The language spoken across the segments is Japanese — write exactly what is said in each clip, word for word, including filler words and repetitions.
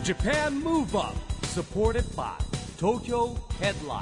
Japan Move Up supported by Tokyo Headline。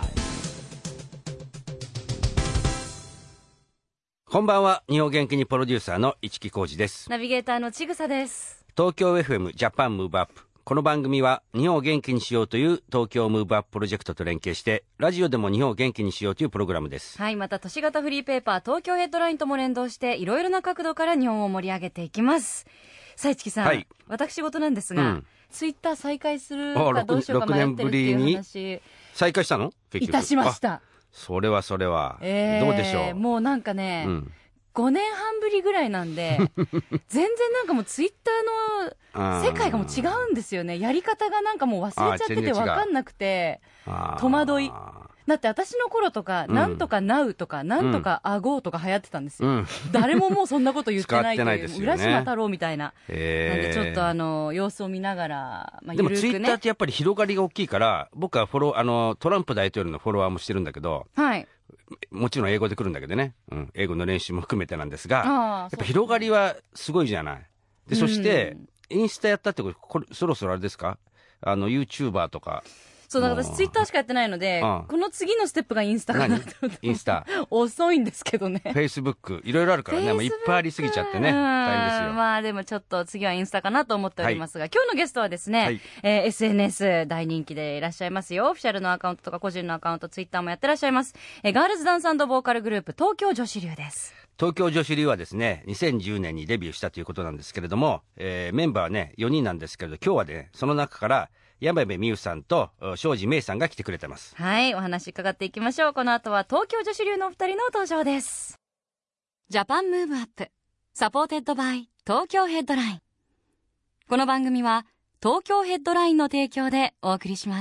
こんばんは。日本元気にプロデューサーの市木浩司です。 ナビゲーターのちぐさです。 東京 エフエム ジャパンムーブアップ。この番組は日本を元気にしようという東京ムーブアッププロジェクトと連携してラジオでも日本を元気にしようというプログラムです。 はい、また都市型フリーペーパー東京ヘッドラインとも連動していろいろな角度から日本を盛り上げていきます。さあ市木さん、はい、私事なんですが、うん、ツイッター再開するかどうしようか迷ってるっていう話再開したの結局いたしました。 それはそれは、 えー、 どうでしょう。 もうなんかね、うんごねんはんぶりぐらいなんで全然なんかもうツイッターの世界がもう違うんですよね。やり方がなんかもう忘れちゃってて分かんなくて戸惑い。だって私の頃とか、うん、なんとかナウとかなんとかアゴーとか流行ってたんですよ、うん、誰ももうそんなこと言ってないという、ね、浦島太郎みたいな、えー、なんでちょっとあの様子を見ながら、まあ、ゆるくね。 でもツイッターってやっぱり広がりが大きいから僕はフォローあのトランプ大統領のフォロワーもしてるんだけど、 はいもちろん英語で来るんだけどね、うん、英語の練習も含めてなんですが、やっぱ広がりはすごいじゃない。で、そしてインスタやったってこと、これそろそろあれですか、あの YouTuber とか。 そうだから私ツイッターしかやってないので、うん、この次のステップがインスタかなと思って。 インスタ遅いんですけどね。 フェイスブックいろいろあるからね、もういっぱいありすぎちゃってね、大変ですよ。 まあでもちょっと次はインスタかなと思っておりますが、はい、今日のゲストはですね、はいえー、エスエヌエス 大人気でいらっしゃいますよ。オフィシャルのアカウントとか個人のアカウントツイッターもやってらっしゃいます、えー、ガールズダンス&ボーカルグループ東京女子流です。 東京女子流はですねにせんじゅうねんにデビューしたということなんですけれども、えー、メンバーはねよにんなんですけれど、今日はねその中から山部美優さんと庄司芽衣さんが来てくれてます。 はい、お話伺っていきましょう。この後は東京女子流のお二人の登場です。ジャパンムーブアップサポーテッドバイ東京ヘッドライン。この番組は東京ヘッドラインの提供でお送りします。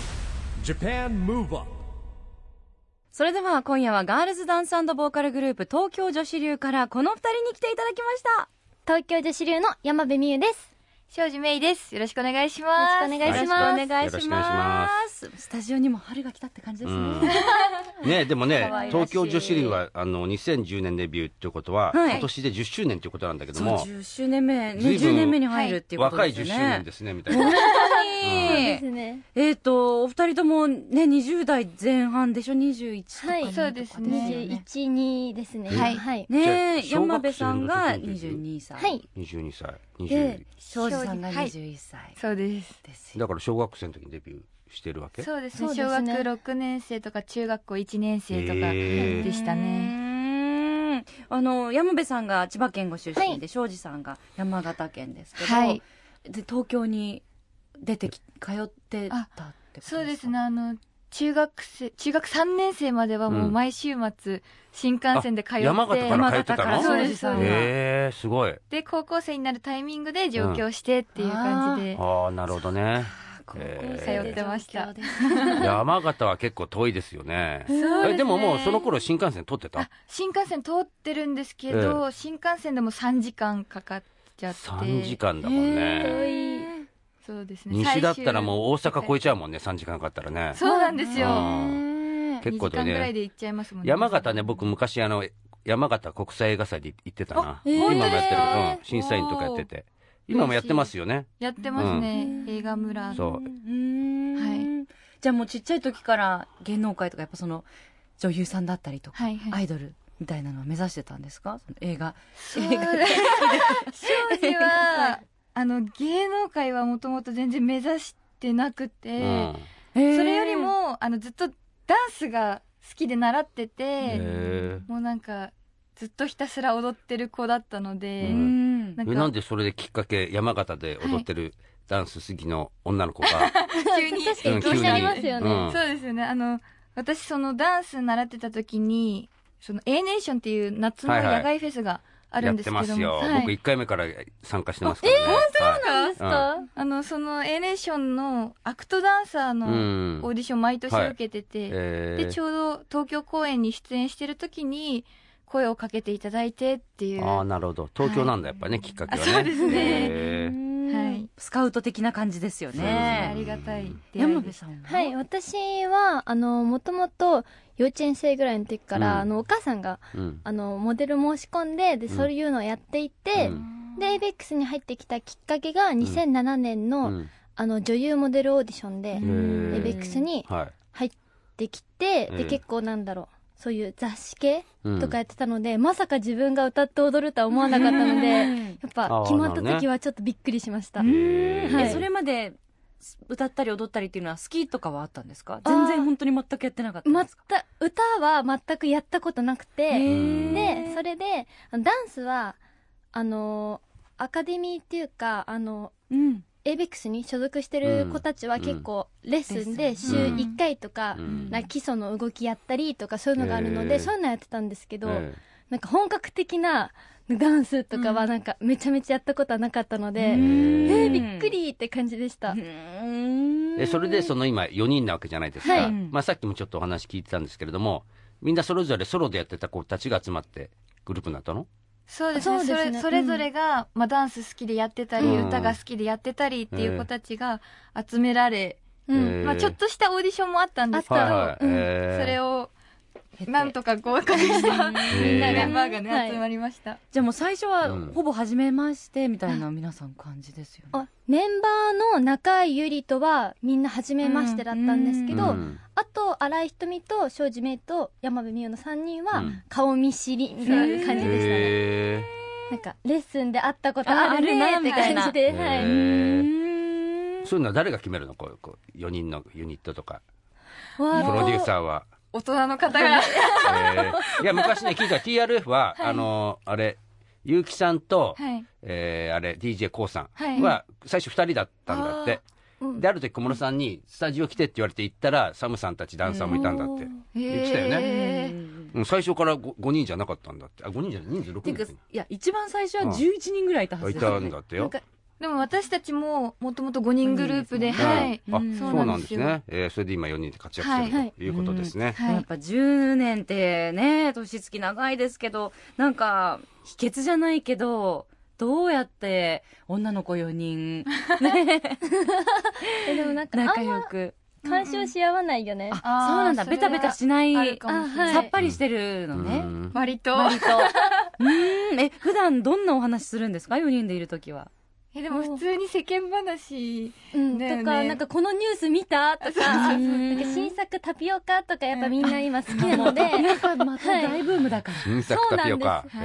Japan Move Up。 それでは今夜はガールズダンス&ボーカルグループ東京女子流からこの二人に来ていただきました。 東京女子流の山部美優です。 庄司芽衣です。よろしくお願いします。 よろしくお願いします。 よろしくお願いします。スタジオにも春が来たって感じですね。 うん、ねでもね東京女子流はあのにせんじゅうねんデビューっていうことは、はい、今年でじゅっしゅうねんということなんだけども、 そうじゅっしゅうねんめ、ね、じゅうねんめに入るっていうことですね。 若いじゅっしゅうねんですねみたいな。 本当に、うん、えっ、ー、とお二人ともねにじゅう代前半でしょ。にじゅういちとかにとか、 はい、そうですね。にじゅういち、にですね。はい、はい、 ね山部さんがにじゅうにさい。 はい。 にじゅうにさい。 で庄司さんがにじゅういっさい、はい、 そうですだから小学生の時にデビューしてるわけ。 そうですね。小学ろくねん生とか中学校いちねん生とかでしたね。 あの山部さんが千葉県ご出身で、庄司、はい、さんが山形県ですけど、はい、で東京に出てき通ってたってことですか。 そうですね。あの中学生中学さんねん生まではもう毎週末、うん、新幹線で通って、 山形から通ってたの。 そうですそうです。 へーすごい。 で高校生になるタイミングで上京してっていう感じで、 うん、ああなるほどね。 高校生で通ってました。 山形は結構遠いですよね。 そうですね。 でももうその頃新幹線通ってた。 新幹線通ってるんですけど、えー、新幹線でもさんじかんかかっちゃって。 さんじかんだもんね。 遠い。そうですね。 西だったらもう大阪越えちゃうもんね。さんじかんかかったらね。 そうなんですよ。 結構でね。 にじかんぐらいで行っちゃいますもんね。 山形ね、僕昔あの山形国際映画祭で行ってたな。 えー、今もやってる、うん、審査員とかやってて。今もやってますよね。 やってますね、うん、映画村。 そう。 うん、はい。じゃあもうちっちゃい時から芸能界とかやっぱその女優さんだったりとか、はいはい、アイドルみたいなのを目指してたんですか。その映画。 映画。庄司はあの芸能界はもともと全然目指してなくて、うん、それよりもあのずっとダンスが好きで習ってて、もうなんかずっとひたすら踊ってる子だったので、うん、 なんかなんでそれできっかけ山形で踊ってる、はい、ダンス好きの女の子が急に確かに気になりますよね、 うん、そうですよね。あの私そのダンス習ってた時にその A ネーションっていう夏の野外フェスがあるんですけども、 やってますよ、はい、僕いっかいめから参加してますからね。 えー、本当なんですか、はい、あのその A ネーションのアクトダンサーのオーディション毎年受けてて、はいえー、でちょうど東京公演に出演してる時に声をかけていただいてっていう。 ああなるほど。東京なんだ、はい、やっぱねきっかけはね。 そうですね、 えーはい、スカウト的な感じですよね。 ありがたい。 山部さんは。 はい、私はあのもともと幼稚園生ぐらいの時から、うん、あのお母さんが、うん、あのモデル申し込んで、でそういうのをやっていて、うん、でエイベックスに入ってきたきっかけがにせんななねんの、うん、 あの女優モデルオーディションでエイベックスに入ってきて、で結構なんだろう、そういう雑誌系とかやってたので、うん、まさか自分が歌って踊るとは思わなかったので、やっぱ決まった時はちょっとびっくりしました。 ね、はい、それまで歌ったり踊ったりっていうのは好きとかはあったんですか？全然本当に全くやってなかったんですか？ 歌は全くやったことなくて、でそれでダンスはあのアカデミーっていうかあの、うん、エイベックスに所属してる子たちは結構レッスンで週いっかいとか、うん、なんか基礎の動きやったりとかそういうのがあるので、えー、そういうのやってたんですけど、えー、なんか本格的なダンスとかはなんかめちゃめちゃやったことはなかったので、うん、えー、びっくりって感じでした。 えそれでその今よにんなわけじゃないですか、はい、まあ、さっきもちょっとお話聞いてたんですけれども、みんなそれぞれソロでやってた子たちが集まってグループになったの？ そうですね、それ、それぞれが、まあ、ダンス好きでやってたり、うん、歌が好きでやってたりっていう子たちが集められ、えーまあ、ちょっとしたオーディションもあったんですけど、はいはい、うんえー、それをなんとか合格したみんなメンバーがね、はい、集まりました。 じゃあもう最初はほぼ初めましてみたいな皆さん感じですよね。 あ、メンバーの中井ゆりとはみんな初めましてだったんですけど、うん、あと新井ひとみと庄司芽衣と山部美優のさんにんは顔見知りみたいな感じでしたね。なんかレッスンで会ったことあるねって感じで、はい、 そういうのは誰が決めるの？こうこうよにんのユニットとかプロデューサーは大人の方が、 えー、いや昔ね聞いた ティーアールエフ は、はい、あのあれ結城さんと、はい、えー、あれ ディージェー コウさんは最初ふたりだったんだって、うん、である時小室さんにスタジオ来てって言われて行ったらサムさんたちダンサーもいたんだって言ってたよね、うん、最初から ご, ごにんじゃなかったんだって。あ、ごにんじゃない、人数ろくにん。いや一番最初はじゅういちにんぐらいいたはずですよね。 いたんだってよ。 でも私たちももともとごにんグループで、 はい、あ、そうなんですね。えー、それで今よにんで活躍してるということですね。 やっぱじゅうねんってね、年月長いですけど、なんか秘訣じゃないけど、どうやって女の子よにんねえでもなんか仲良く干渉し合わないよね。 あ、そうなんだ。ベタベタしない、さっぱりしてるのね。 割と。 割と。うん。え、普段どんなお話するんですか？ よ 人でいるときは。 え、でも普通に世間話、 うん、とか、なんかこのニュース見たとか、なんか新作タピオカとかやっぱみんな今好きなので、 やっぱまた大ブームだから。 新作タピオカ。 はい。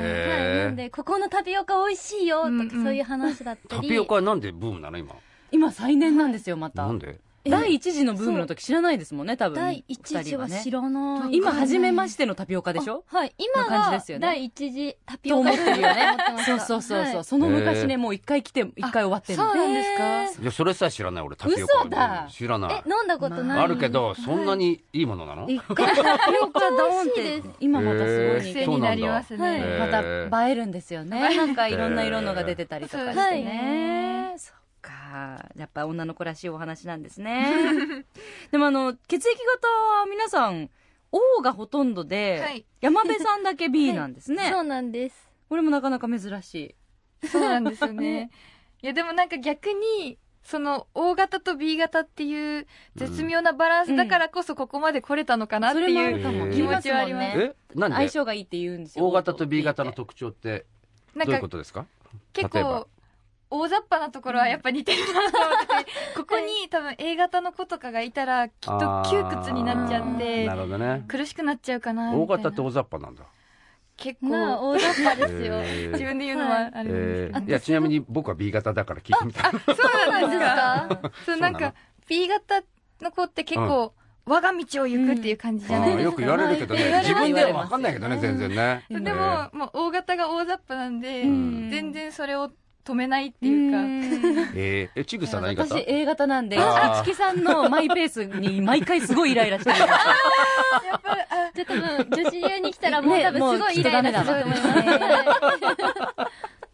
なんで、ここのタピオカ美味しいよとかそういう話だったり。 タピオカはなんでブームなの今？ 今再燃なんですよ、また。 なんで？ 第一次のブームの時知らないですもんね、多分。 第一次は知らない。 今初めましてのタピオカでしょ？ はい。今が第一次タピオカですよね。 そうそうそうそう。その昔ね、もう一回来て一回終わってるの。 そうなんですか？いや、それさえ知らない俺タピオカ。 嘘だ。 知らない。 え、飲んだことない？ あるけど、そんなにいいものなの？ 一回タピオカドーンって今またすごい癖になりますね。 また映えるんですよね。なんかいろんな色のが出てたりとかしてね。かやっぱ女の子らしいお話なんですねでもあの血液型は皆さん O がほとんどで、はい、山部さんだけ B なんですね、 はい、そうなんです。 これもなかなか珍しい。そうなんですよねいやでもなんか逆にその O 型と B 型っていう絶妙なバランスだからこそここまで来れたのかなっていう気持ちはあります。 え、なんで相性がいいって言うんですよ。 O 型と B 型の特徴ってどういうことですか？ 結構大雑把なところはやっぱ似てるなと思ってて、ここに多分 A 型の子とかがいたらきっと窮屈になっちゃってなるほど、ね、 苦しくなっちゃうかなみたいな。 O 型って大雑把なんだ。 結構、 まあ、大雑把ですよ、 えー、自分で言うのはあれですけど、 えー、いやちなみに僕は B 型だから聞いてみた。 ああそうなんですかそうなんか B 型の子って結構、うん、我が道を行くっていう感じじゃないですか、うん、 よく言われるけどね、自分では分かんないけどね全然ね、 うん、でも、まあ、O 型が大雑把なんで、うん、全然それを止めないっていうか。 えー、え、ちぐさ何型？ 私 A 型なんで、一木さんのマイペースに毎回すごいイライラしてる。やっぱり、あ、じゃあ多分女子流に来たらもう多分すごいイライラすると思います。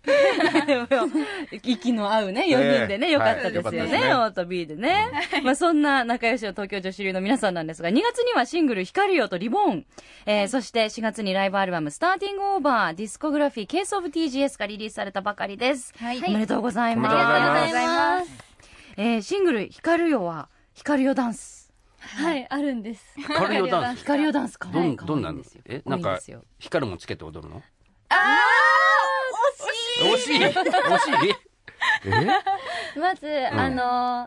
息の合うね、よにんでね、よかったですよね、O と B でね。まあそんな仲良しの東京女子流の皆さんなんですが、にがつにはシングル光るよとリボーン、えー、そしてしがつにライブアルバムスターティングオーバーディスコグラフィーケースオブ ティージーエス がリリースされたばかりです。はい、おめでとうございます。 ありがとうございます。 えー、シングル光るよは光るよダンス。 はい、あるんです。 光るよダンス。 光るよダンスか。 どん、どんなんですよ。え、なんか光るもんつけて踊るの？ あー惜しい惜しい惜しいえまず、うん、あの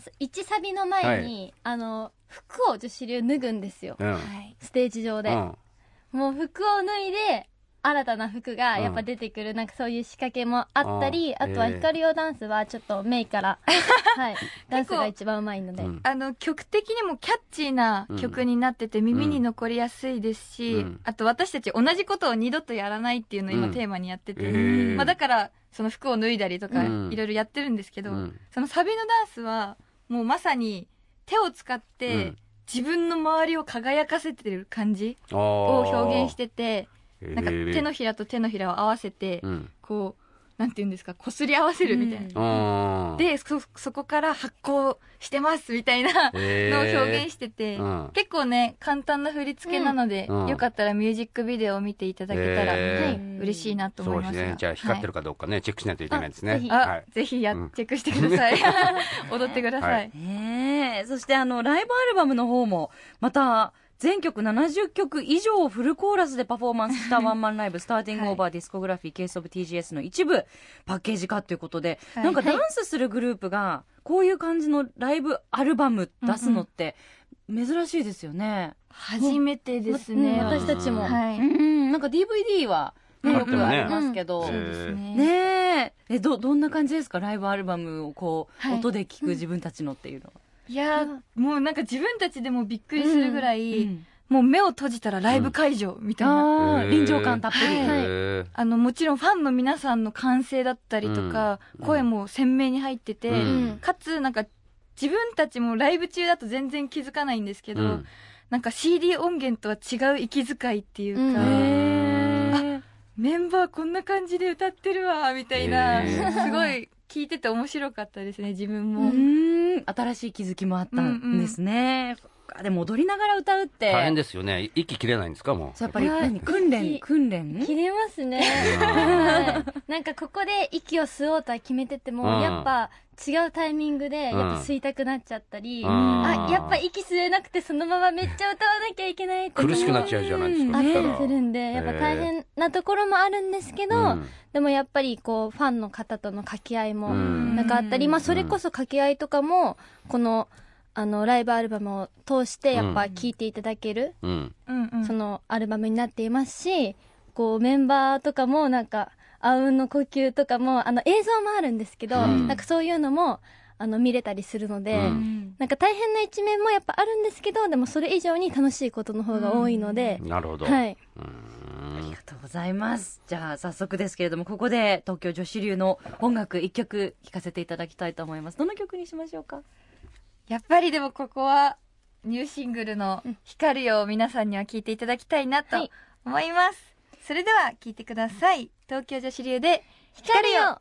いちサビの前に、はい、あの服を女子流脱ぐんですよ、うん、ステージ上で、うん、もう服を脱いで新たな服がやっぱ出てくる、うん、なんかそういう仕掛けもあったり、あとは光用ダンスはちょっとメイから、はい、ダンスが一番うまいので、うん、 あの曲的にもキャッチーな曲になってて耳に残りやすいですし、うん、あと私たち同じことを二度とやらないっていうのを今テーマにやってて、うん、まあ、だからその服を脱いだりとかいろいろやってるんですけど、うん、そのサビのダンスはもうまさに手を使って自分の周りを輝かせてる感じを表現してて、なんか手のひらと手のひらを合わせて、うん、こうなんていうんですか、こすり合わせるみたいな、うん、で そ, そこから発光してますみたいなのを表現してて、うん、結構ね簡単な振り付けなので、うん、よかったらミュージックビデオを見ていただけたら、はい、嬉しいなと思います。 そうですね、じゃあ光ってるかどうかね、はい、チェックしないといけないですね。 ぜひ、はい、ぜひや、うん、チェックしてください踊ってください、はい、 ねえ、そしてあのライブアルバムの方もまた全曲ななじゅっきょく以上をフルコーラスでパフォーマンスしたワンマンライブスターティングオーバーディスコグラフィーケースオブ ティージーエス の一部パッケージ化ということで、はい、なんかダンスするグループがこういう感じのライブアルバム出すのって珍しいですよね。 初めてですね、 うん、私たちも、はい、うん、なんか ディーブイディー は、ね、よくありますけど、うん、そうですね。ねえ、どどんな感じですか、ライブアルバムをこう、はい、音で聴く自分たちのっていうのは。 いやー、もうなんか自分たちでもびっくりするぐらい、うんうん、もう目を閉じたらライブ会場みたいな、 うん、臨場感たっぷり、 はい、あのもちろんファンの皆さんの歓声だったりとか、うん、声も鮮明に入ってて、うん、かつなんか自分たちもライブ中だと全然気づかないんですけど、うん、なんか シーディー 音源とは違う息遣いっていうか、うん、あ、メンバーこんな感じで歌ってるわみたいな、すごい聞いてて面白かったですね、自分も。 うーん、新しい気づきもあったんですね。うんうん、でも踊りながら歌うって大変ですよね。息切れないんですか、もう。 やっぱり何訓練訓練切れますね。はい、なんかここで息を吸おうとは決めてても、うん、やっぱ違うタイミングでやっぱ吸いたくなっちゃったり、うん、あ、やっぱ息吸えなくてそのままめっちゃ歌わなきゃいけないって苦しくなっちゃうじゃないですか。 あったりするんで、やっぱ大変なところもあるんですけど、うん、でもやっぱりこうファンの方との掛け合いもなんかあったり、まあそれこそ掛け合いとかもこのあのライブアルバムを通してやっぱ聴いていただける、うん、そのアルバムになっていますし、こうメンバーとかもなんかあうんの呼吸とかもあの映像もあるんですけど、うん、なんかそういうのもあの見れたりするので、うん、なんか大変な一面もやっぱあるんですけど、でもそれ以上に楽しいことの方が多いので、 うん、なるほど、 はい、 うん、ありがとうございます。じゃあ早速ですけれども、ここで東京女子流の音楽いっきょく聴かせていただきたいと思います。どの曲にしましょうか。 やっぱりでもここはニューシングルの光るを皆さんには聴いていただきたいなと思います、はい、それでは聴いてください。東京女子流で光るよ。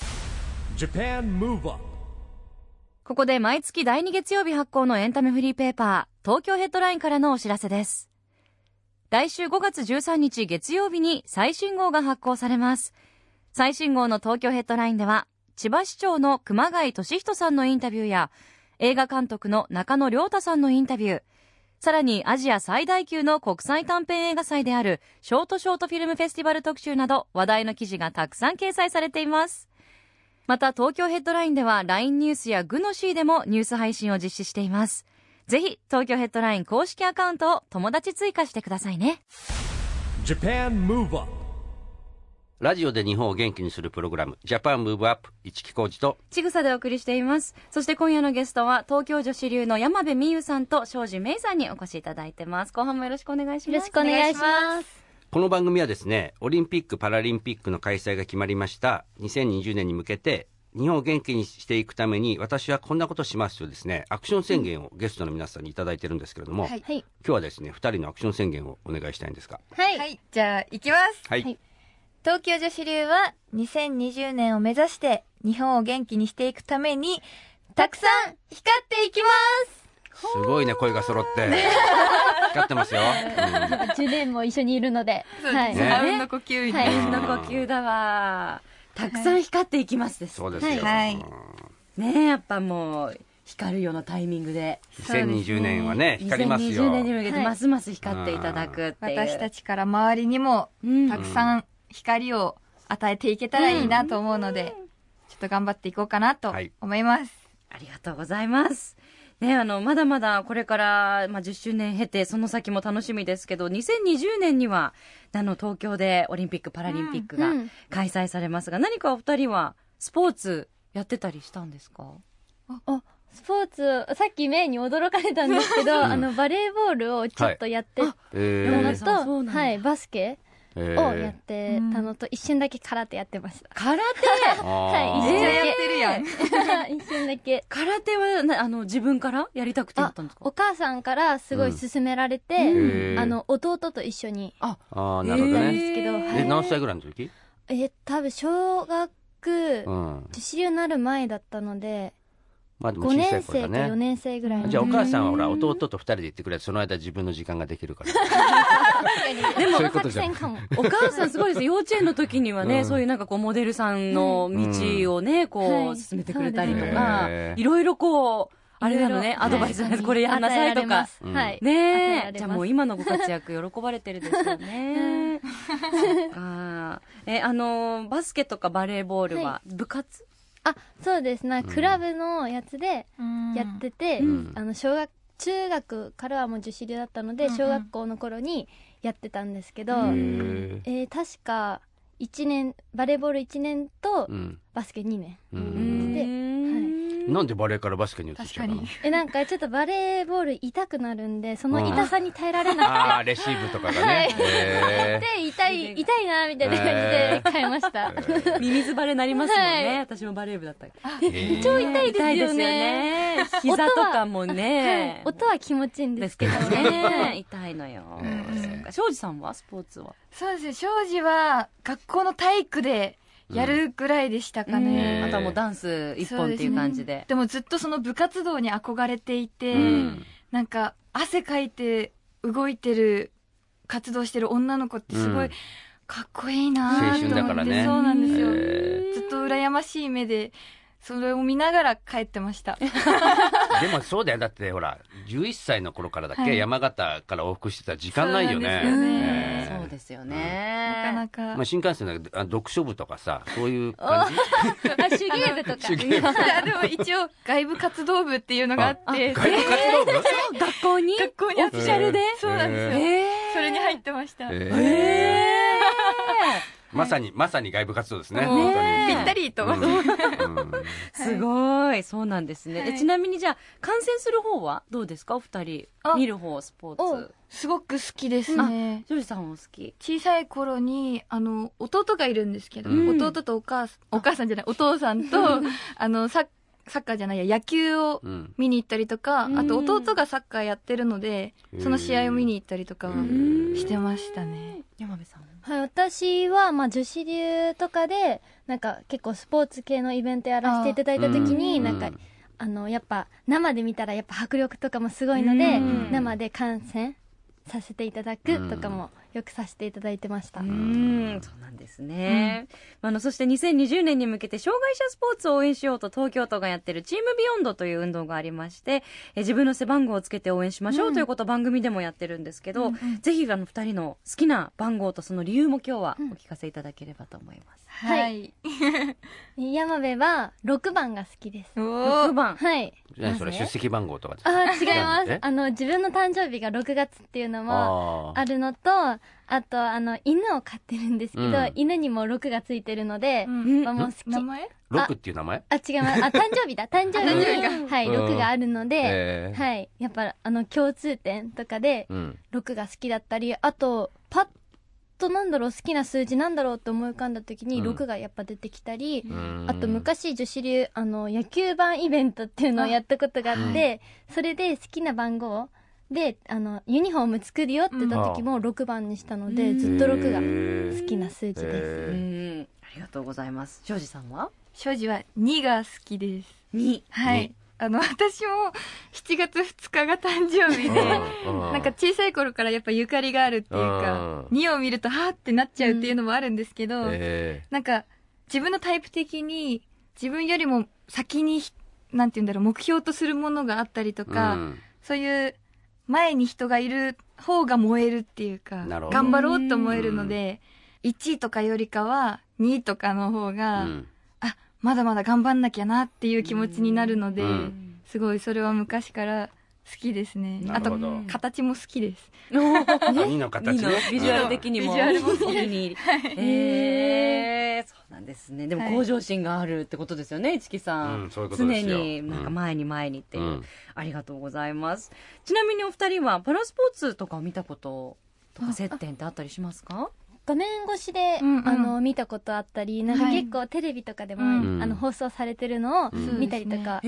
ここで毎月だいに月曜日発行のエンタメフリーペーパー東京ヘッドラインからのお知らせです。来週ごがつじゅうさんにち月曜日に最新号が発行されます。最新号の東京ヘッドラインでは千葉市長の熊谷俊人さんのインタビューや映画監督の中野亮太さんのインタビュー、さらにアジア最大級の国際短編映画祭であるショートショートフィルムフェスティバル特集など話題の記事がたくさん掲載されています。また東京ヘッドラインでは ライン ニュースやグノシーでもニュース配信を実施しています。ぜひ東京ヘッドライン公式アカウントを友達追加してくださいね。 ラジオで日本を元気にするプログラムジャパンムーブアップ、市木浩二とちぐさでお送りしています。そして今夜のゲストは東京女子流の山部美優さんと庄司芽衣さんにお越しいただいてます。後半もよろしくお願いします。 よろしくお願いします。 この番組はですね、オリンピックパラリンピックの開催が決まりましたにせんにじゅうねんに向けて日本を元気にしていくために私はこんなことしますとですね、アクション宣言をゲストの皆さんにいただいてるんですけれども、はい、今日はですねふたりのアクション宣言をお願いしたいんですが、 はい、はい、じゃあ行きます。 はい、はい、 東京女子流はにせんにじゅうねんを目指して日本を元気にしていくためにたくさん光っていきます。 すごいね、声が揃って光ってますよ、 うん、じゅうねんも一緒にいるので、 はい、あうんの呼吸、 はい、あうんの呼吸だわ。たくさん光っていきますです、 そうですよ、 はい、ねえ、やっぱもう光るようなタイミングでにせんにじゅうねんはね光りますよ。 にせんにじゅうねんに向けてますます光っていただくっていう、 私たちから周りにもたくさん光を与えていけたらいいなと思うので、うん、ちょっと頑張っていこうかなと思います、はい、 ありがとうございます。ね、あの、まだまだこれから、まあ、じゅっしゅうねん経て、その先も楽しみですけど、にせんにじゅうねんには、あの、東京でオリンピック・パラリンピックが開催されますが、うんうん、何かお二人はスポーツやってたりしたんですか？ あ、あスポーツ、さっきメイに驚かれたんですけど、うん、あの、バレーボールをちょっとやってたのと、はい、はい、バスケをやってたのと、一瞬だけ空手やってました。 空手はい、一瞬やってるやん。一瞬だけ。 空手はな、あの、自分からやりたくてやったんですか？ お母さんからすごい勧められて、うん、あの、弟と一緒に。 あ、あなるほどね。 ですけど、 え、何歳ぐらいの時？ え、多分、小学、女子流になる前だったので、 まあでも小さい頃だね、ごねん生かよねん生ぐらいの。 じゃあお母さんはほら弟と二人で行ってくれて、その間自分の時間ができるから。 でもそういうことじゃん。 お母さんすごいです。幼稚園の時にはね、うん、そういうなんかこうモデルさんの道をね、こう、はい、進めてくれたりとか、いろいろこう、あれなのね、アドバイスなんです。これやんなさいとか。 はい。 ねえ。じゃあもう今のご活躍喜ばれてるでしょうね。あえ、あの、バスケとかバレーボールは部活？ あ、そうですね。クラブのやつでやってて、うん、あの、小学、中学からはもう女子流だったので、小学校の頃にやってたんですけど、うん、えー、確かいちねん、バレーボールいちねんと、バスケにねん、うん、で、はい。 なんでバレーからバスケに移っちゃうの？ え、なんかちょっとバレーボール痛くなるんで、その痛さに耐えられなくて。 ああ、レシーブとかがね。はい。 で、痛い、痛いな、みたいな感じで変えました。 ミミズバレになりますもんね。私もバレー部だった。 超痛いですよね。 膝とかもね。 音は気持ちいいんですけどね。痛いのよ。庄司さんはスポーツは？ そうですね、庄司は学校の体育で、やるぐらいでしたかね。 あとはもうダンス一本っていう感じで。 で, でもずっとその部活動に憧れていて、うん、なんか汗かいて動いてる活動してる女の子ってすごいかっこいいなと思って、 青春だからね。 そうなんですよ。ずっと羨ましい目でそれを見ながら帰ってました。 でもそうだよ。だってほらじゅういっさいの頃からだっけ、はい、山形から往復してた時間ないよね。 そうですよね。 なかなか。 まあ新幹線だ読書部とかさ、そういう感じ。 あ、手芸部とか。 手芸部。でも一応外部活動部っていうのがあって。 外部活動部？ 学校に？ 学校にオフィシャルで？ そうなんですよ。それに入ってました。 へー。まさに、まさに外部活動ですね。 ぴったりと。 すごい。そうなんですね。ちなみにじゃあ、観戦する方はどうですかお二人。見る方、スポーツ。 すごく好きですね。 ジョージさんも好き。 小さい頃に、あの、弟がいるんですけど、弟とお母さん、お母さんじゃない、お父さんと、あの、サッサッカーじゃないや、野球を見に行ったりとか、うん、あと弟がサッカーやってるので、その試合を見に行ったりとかはしてましたね。 山部さん。 はい、私は、まあ、女子流とかで、なんか結構スポーツ系のイベントやらせていただいたときに、なんか、あの、やっぱ生で見たらやっぱ迫力とかもすごいので、生で観戦させていただくとかもよくさせていただいてました。 うん、そうなんですね。うん、あの、そしてにせんにじゅうねんに向けて障害者スポーツを応援しようと東京都がやってるチームビヨンドという運動がありまして、え自分の背番号をつけて応援しましょうということを番組でもやってるんですけど、うん、ぜひあのふたりの好きな番号とその理由も今日はお聞かせいただければと思います。 うん、はい。山部はろくばんが好きです。 ろくばん。 はい。 じゃあそれ出席番号とかですか？あ、違います。あの、自分の誕生日がろくがつっていうのもあるのと、あと、あの、犬を飼ってるんですけど、うん、犬にもろくがついてるので、うん、まあ、もう好き。 名前？ ろくっていう名前？ あ、違います。あ、誕生日だ。誕生日に、はい、ろくがあるので、えー、はい。やっぱ、あの、共通点とかで、ろくが好きだったり、あと、パッとなんだろう、好きな数字なんだろうって思い浮かんだ時に、ろくがやっぱ出てきたり、うん、あと、昔女子流、あの、野球盤イベントっていうのをやったことがあって、うん、それで好きな番号、で、あの、ユニフォーム作るよって言った時もろくばんにしたので、うん、ずっとろくが好きな数字です。 うん、ありがとうございます。庄司さんは？ 庄司はにが好きです。 に。 はい。あの、私もしちがつふつかが誕生日で、なんか小さい頃からやっぱゆかりがあるっていうか、にを見るとはーってなっちゃうっていうのもあるんですけど、うんえー、なんか自分のタイプ的に自分よりも先に、なんて言うんだろう、目標とするものがあったりとか、うん、そういう前に人がいる方が燃えるっていうか、頑張ろうと思えるので、いちいとかよりかはにいとかの方が、うん、あ、 まだまだ頑張んなきゃなっていう気持ちになるので、うん、すごいそれは昔から好きですね。あと形も好きです。 にの形ね。 ビジュアル的にも。ビジュアルも好きに。えー、そうなんですね。でも向上心があるってことですよね、市木さん。 うん、そういうことですよ。 常になんか前に前にっていう、うん。ありがとうございます。ちなみにお二人はパラスポーツとかを見たこととか接点ってあったりしますか？ 画面越しで、うんうん、あの見たことあったり、なんか結構テレビとかでも、はい、あの放送されてるのを見たりとか、うん、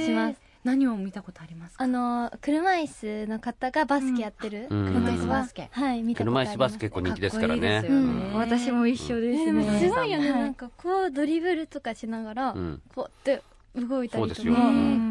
します。 何を見たことありますか？ あの車椅子の方がバスケやってる、うん、車椅子バスケ、はい、見たことあります。 車椅子バスケ結構人気ですからね。 うん、私も一緒ですね。 うん、すごいよね、なんかこうドリブルとかしながら、うん、こうって動いたりとか、うん、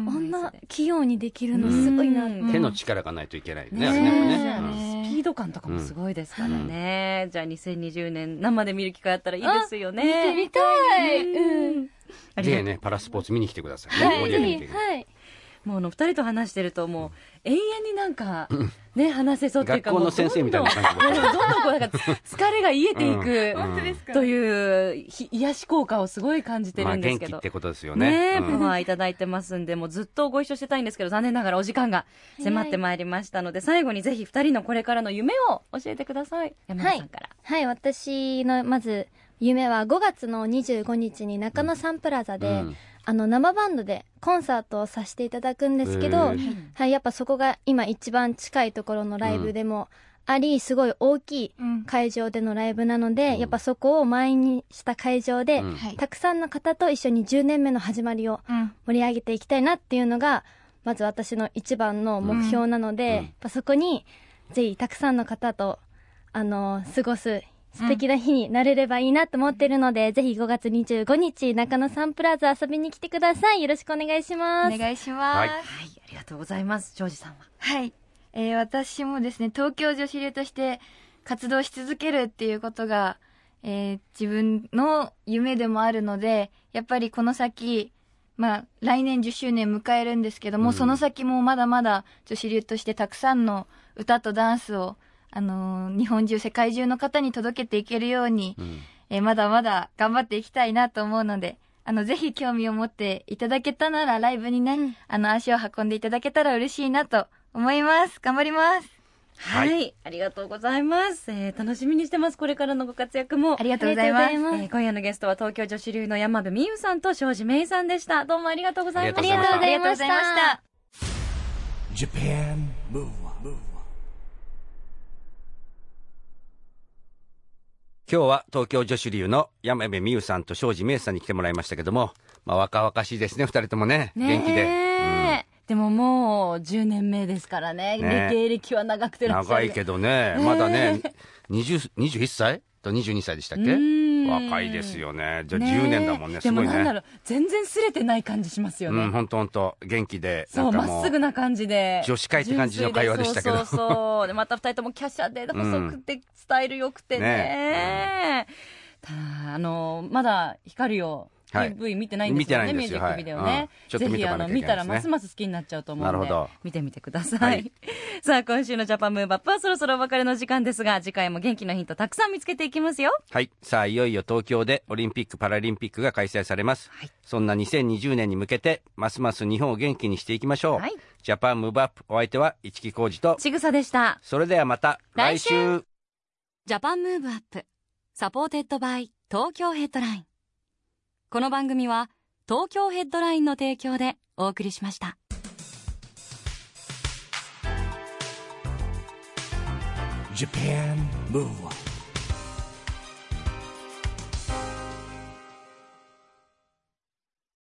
あんな器用にできるのすごいな、うん、 手の力がないといけないね、 ね、あれね、うん、スピード感とかもすごいですからね、うん、じゃあにせんにじゅうねん生で見る機会あったらいいですよね。 見てみたい、うん、 ぜひねパラスポーツ見に来てくださいね、はい、盛り上げてください。はい、 もうあの二人と話してるともう永遠になんかね話せそうっていうか、 学校の先生みたいな感じでどんどんどんどんこうなんか疲れが癒えていく、うん、という癒し効果をすごい感じてるんですけど、 まあ、元気ってことですよね。 ね、パワーいただいてますんで、もうずっとご一緒してたいんですけど残念ながらお時間が迫ってまいりましたので、最後にぜひ二人のこれからの夢を教えてください。山田さんから。 はい、はい、私のまず夢はごがつのにじゅうごにちに中野サンプラザで、うん、あの生バンドでコンサートをさせていただくんですけど、はい、やっぱそこが今一番近いところのライブでもあり、うん、すごい大きい会場でのライブなので、うん、やっぱそこを前にした会場で、うん、たくさんの方と一緒にじゅうねんめの始まりを盛り上げていきたいなっていうのがまず私の一番の目標なので、うん、やっぱそこにぜひたくさんの方とあの過ごす素敵な日になれればいいなと思ってるので、うん、ぜひごがつにじゅうごにち中野サンプラザ遊びに来てください。よろしくお願いします。 お願いします。はい、 はい、ありがとうございます。ジョージさんは？ はい、えー、私もですね東京女子流として活動し続けるっていうことが、えー、自分の夢でもあるので、やっぱりこの先まあ来年じゅっしゅうねん迎えるんですけども、うん、その先もまだまだ女子流としてたくさんの歌とダンスをあのー、日本中世界中の方に届けていけるように、うん、えー、まだまだ頑張っていきたいなと思うので、あのぜひ興味を持っていただけたならライブにね、うん、あの足を運んでいただけたら嬉しいなと思います。頑張ります。 はい、はい、ありがとうございます、えー、楽しみにしてます。これからのご活躍もありがとうございます。 えー、今夜のゲストは東京女子流の山部美優さんと庄司芽衣さんでした。どうもありがとうございました。 ありがとうございました。 Japan Move Up。 今日は東京女子流の山部美優さんと庄司芽衣さんに来てもらいましたけども、まあ、若々しいですね二人ともね、元気で、 うん、でももうじゅうねんめですからね、ね、経歴は長くてらっしゃる。 長いけどね、まだねにじゅう、にじゅういっさいとにじゅうにさいでしたっけ？若いですよね。じゃあじゅうねんだもんね。すごいね。 でもなんだろう、全然すれてない感じしますよね。 うん、本当本当元気で、 そうまっすぐな感じで、 女子会って感じの会話でしたけど、 そうそうそうでまた二人とも華奢で細くてスタイル良くてね。ね、ただあのまだ光るよ。ピーブイ 見てないんですよね、ミュージックビデオね。ぜひあの見たらますます好きになっちゃうと思うので、見てみてください。はい、さあ今週のジャパンムーブアップはそろそろお別れの時間ですが、次回も元気のヒントたくさん見つけていきますよ。 はい、さあいよいよ東京でオリンピック・パラリンピックが開催されます。はい、そんなにせんにじゅうねんに向けてますます日本を元気にしていきましょう。はい、ジャパンムーブアップ、お相手は市木浩二とちぐさでした。 それではまた来週。来週ジャパンムーブアップサポーテッドバイ東京ヘッドライン。この番組は東京ヘッドラインの提供でお送りしました。 Japan Move Up。